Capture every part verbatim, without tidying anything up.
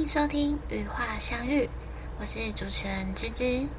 迎收听与话相遇，我是主持人芝芝。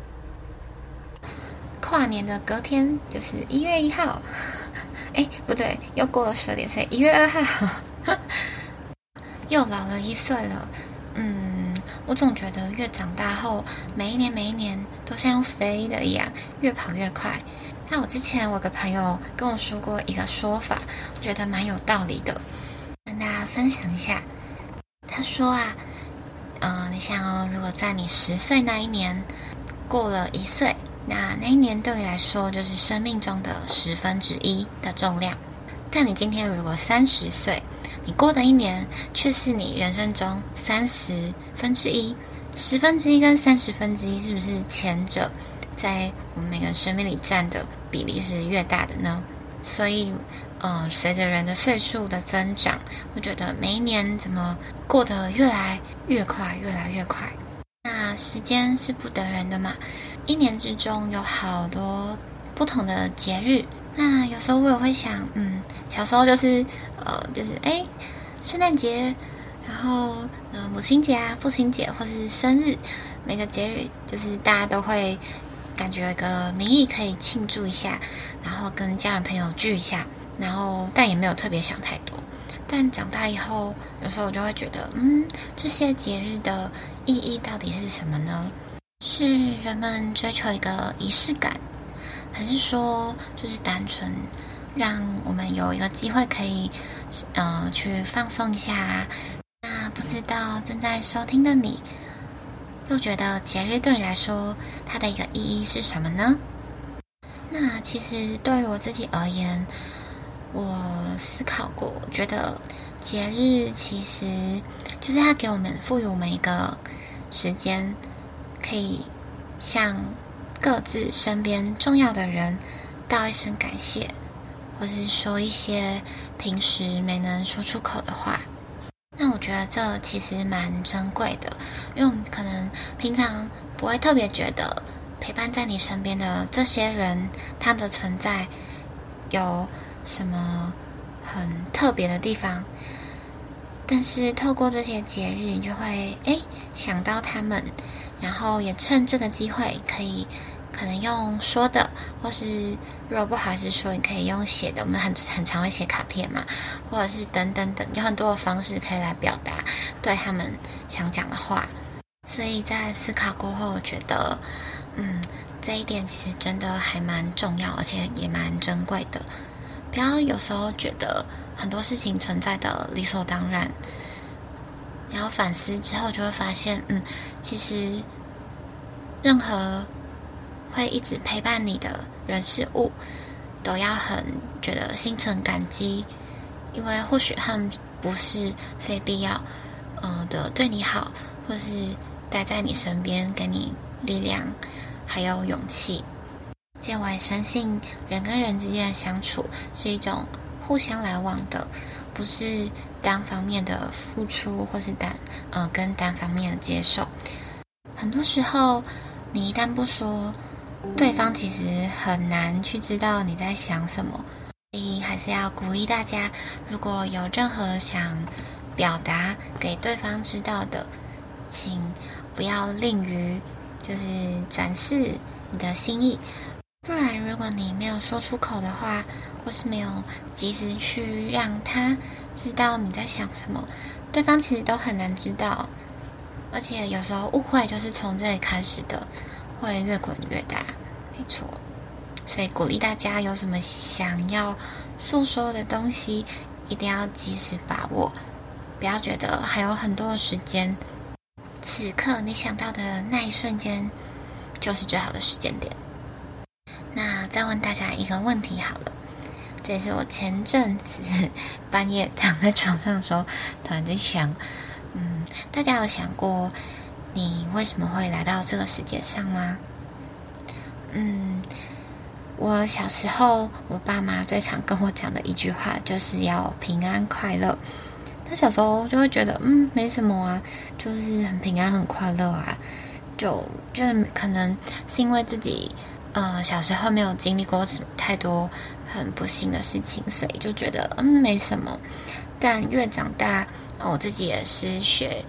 跨年的隔天就是一月一号，哎，不对，又过了十点，所以一月二号，又老了一岁了。嗯，我总觉得越长大后，每一年每一年都像用飞的一样，越跑越快。那我之前我有个朋友跟我说过一个说法，我觉得蛮有道理的，跟大家分享一下。他说啊，呃，你想哦，如果在你十岁那一年过了一岁，那那一年对你来说就是生命中的十分之一的重量。但你今天如果三十岁，你过的一年却是你人生中三十分之一，十分之一跟三十分之一，是不是前者在我们每个人生命里占的比例是越大的呢？所以嗯、呃，随着人的岁数的增长，我觉得每一年怎么过得越来越快，越来越快。那时间是不等人的嘛，一年之中有好多不同的节日。那有时候我也会想，嗯，小时候就是呃，就是哎，圣诞节，然后呃，母亲节啊、父亲节或是生日，每个节日就是大家都会感觉有一个名义可以庆祝一下，然后跟家人朋友聚一下。然后但也没有特别想太多。但长大以后，有时候我就会觉得，嗯，这些节日的意义到底是什么呢？是人们追求一个仪式感，还是说就是单纯让我们有一个机会可以呃去放松一下？那不知道正在收听的你，又觉得节日对你来说它的一个意义是什么呢？那其实对于我自己而言，我思考过，我觉得节日其实就是它给我们赋予我们一个时间，可以向各自身边重要的人道一声感谢，或是说一些平时没能说出口的话。那我觉得这其实蛮珍贵的，因为我们可能平常不会特别觉得陪伴在你身边的这些人，他们的存在有什么很特别的地方，但是透过这些节日，你就会诶想到他们，然后也趁这个机会可以可能用说的，或是如果不好意思说，你可以用写的，我们很很常会写卡片嘛，或者是等等等，有很多的方式可以来表达对他们想讲的话。所以在思考过后，我觉得嗯这一点其实真的还蛮重要，而且也蛮珍贵的。不要有时候觉得很多事情存在的理所当然，然后反思之后就会发现，嗯，其实任何会一直陪伴你的人事物，都要很觉得心存感激，因为或许他们不是非必要，呃的对你好，或是待在你身边，给你力量，还有勇气。且我也深信人跟人之间的相处是一种互相来往的，不是单方面的付出或是单呃跟单方面的接受。很多时候你一旦不说，对方其实很难去知道你在想什么。所以还是要鼓励大家，如果有任何想表达给对方知道的，请不要吝于就是展示你的心意。不然如果你没有说出口的话，或是没有及时去让他知道你在想什么，对方其实都很难知道。而且有时候误会就是从这里开始的，会越滚越大。没错，所以鼓励大家有什么想要诉说的东西，一定要及时把握，不要觉得还有很多的时间，此刻你想到的那一瞬间就是最好的时间点。那再问大家一个问题好了，这也是我前阵子半夜躺在床上的时候突然在想，嗯，大家有想过你为什么会来到这个世界上吗？嗯，我小时候我爸妈最常跟我讲的一句话就是要平安快乐。他小时候就会觉得嗯没什么啊，就是很平安很快乐啊，就就是可能是因为自己呃小时候没有经历过太多很不幸的事情，所以就觉得嗯没什么。但越长大，我自己也是学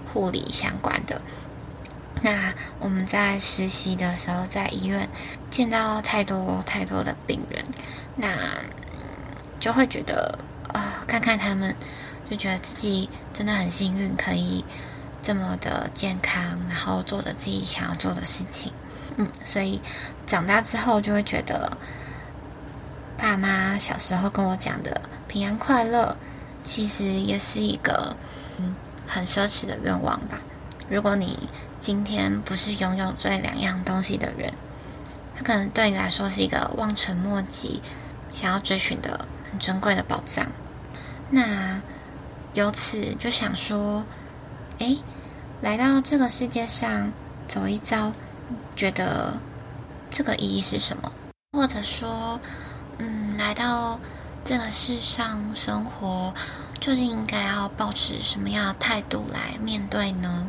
护理相关的。那我们在实习的时候，在医院见到太多太多的病人，那就会觉得啊、呃，看看他们，就觉得自己真的很幸运，可以这么的健康，然后做着自己想要做的事情。嗯，所以长大之后就会觉得，爸妈小时候跟我讲的平安快乐，其实也是一个嗯很奢侈的愿望吧。如果你今天不是拥有这两样东西的人，它可能对你来说是一个望尘莫及、想要追寻的很珍贵的宝藏。那由此就想说，诶，来到这个世界上走一遭，觉得这个意义是什么？或者说，嗯，来到这个世上生活，究竟应该要抱持什么样的态度来面对呢？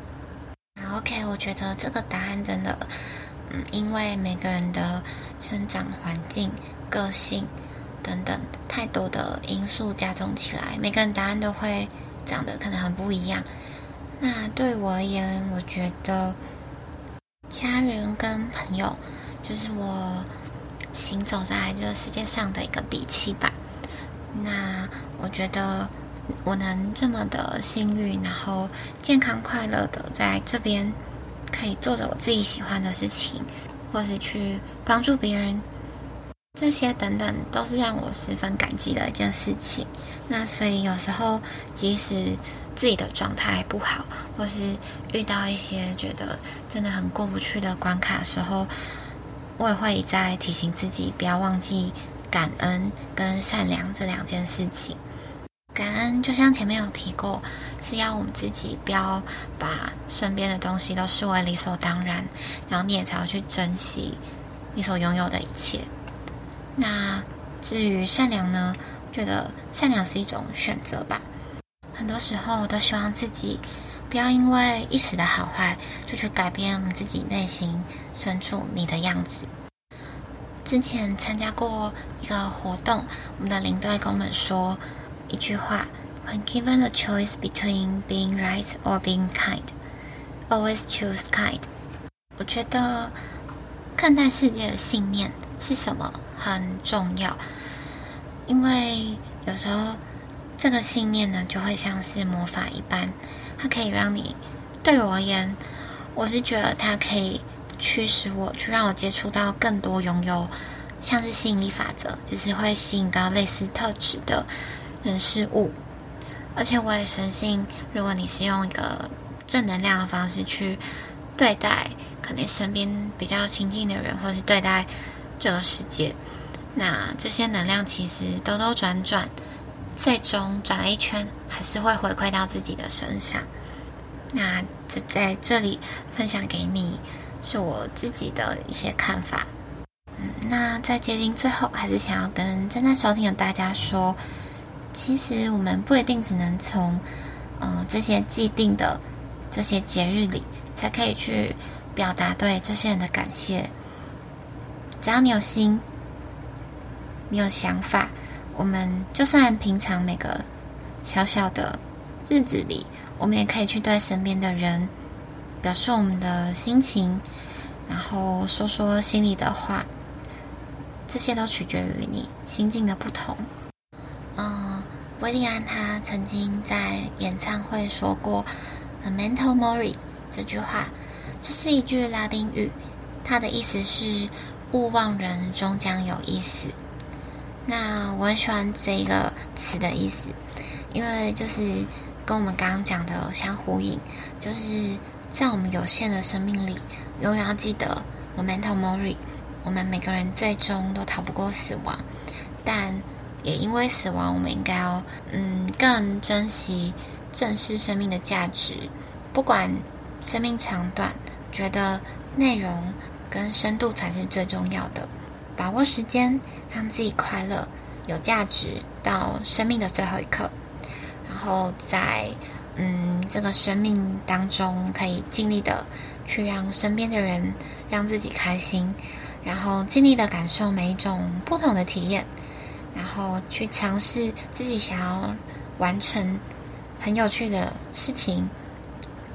OK， 我觉得这个答案真的，嗯，因为每个人的生长环境、个性等等太多的因素加重起来，每个人答案都会长得可能很不一样。那对我而言，我觉得家人跟朋友就是我行走在这个世界上的一个底气吧。那我觉得我能这么的幸运，然后健康快乐的在这边可以做着我自己喜欢的事情，或是去帮助别人，这些等等都是让我十分感激的一件事情。那所以有时候即使自己的状态不好，或是遇到一些觉得真的很过不去的关卡的时候，我也会一再提醒自己不要忘记感恩跟善良这两件事情。感恩就像前面有提过，是要我们自己不要把身边的东西都视为理所当然，然后你也才要去珍惜你所拥有的一切。那至于善良呢，我觉得善良是一种选择吧。很多时候我都希望自己不要因为一时的好坏就去改变我们自己内心深处你的样子。之前参加过一个活动，我们的领队跟我们说一句话 When given the choice between being right or being kind, always choose kind. 我觉得看待世界的信念是什么很重要，因为有时候这个信念呢就会像是魔法一般，它可以让你，对我而言，我是觉得它可以驱使我去让我接触到更多拥有像是吸引力法则，就是会吸引到类似特质的人事物。而且我也深信，如果你是用一个正能量的方式去对待可能身边比较亲近的人，或是对待这个世界，那这些能量其实兜兜转转，最终转了一圈还是会回馈到自己的身上。那这在这里分享给你是我自己的一些看法。嗯，那在接近最后，还是想要跟正在收听的大家说，其实我们不一定只能从呃这些既定的这些节日里才可以去表达对这些人的感谢。只要你有心，你有想法，我们就算平常每个小小的日子里，我们也可以去对身边的人表示我们的心情，然后说说心里的话，这些都取决于你心境的不同。嗯，威利安他曾经在演唱会说过 Memento Mori 这句话，这是一句拉丁语，它的意思是勿忘人终将有一死。那我很喜欢这一个词的意思，因为就是跟我们刚刚讲的相呼应，就是在我们有限的生命里，永远要记得 Memento Mori， 我们每个人最终都逃不过死亡，但也因为死亡，我们应该要嗯更珍惜、正视生命的价值。不管生命长短，觉得内容跟深度才是最重要的。把握时间，让自己快乐、有价值到生命的最后一刻，然后在嗯这个生命当中，可以尽力的去让身边的人、让自己开心，然后尽力的感受每一种不同的体验，然后去尝试自己想要完成很有趣的事情，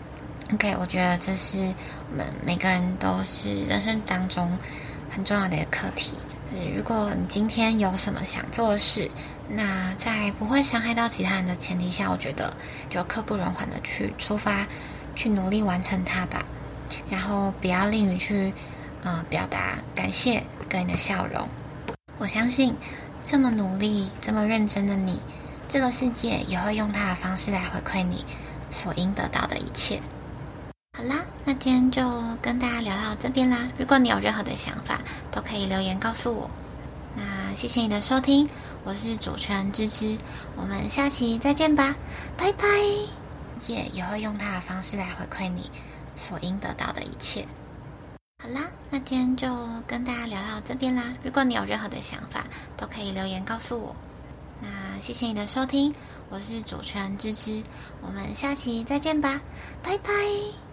OK，我觉得这是我们每个人都是人生当中很重要的一个课题。如果你今天有什么想做的事，那在不会伤害到其他人的前提下，我觉得就刻不容缓的去出发，去努力完成它吧。然后不要吝于去呃表达感谢跟你的笑容。我相信这么努力、这么认真的你，这个世界也会用它的方式来回馈你所应得到的一切。好啦，那今天就跟大家聊到这边啦。如果你有任何的想法，都可以留言告诉我。那谢谢你的收听，我是主持人芝芝，我们下期再见吧，拜拜。世界也会用它的方式来回馈你所应得到的一切。好啦，那今天就跟大家聊到这边啦。如果你有任何的想法，都可以留言告诉我。那谢谢你的收听，我是主持人芝芝，我们下期再见吧，拜拜。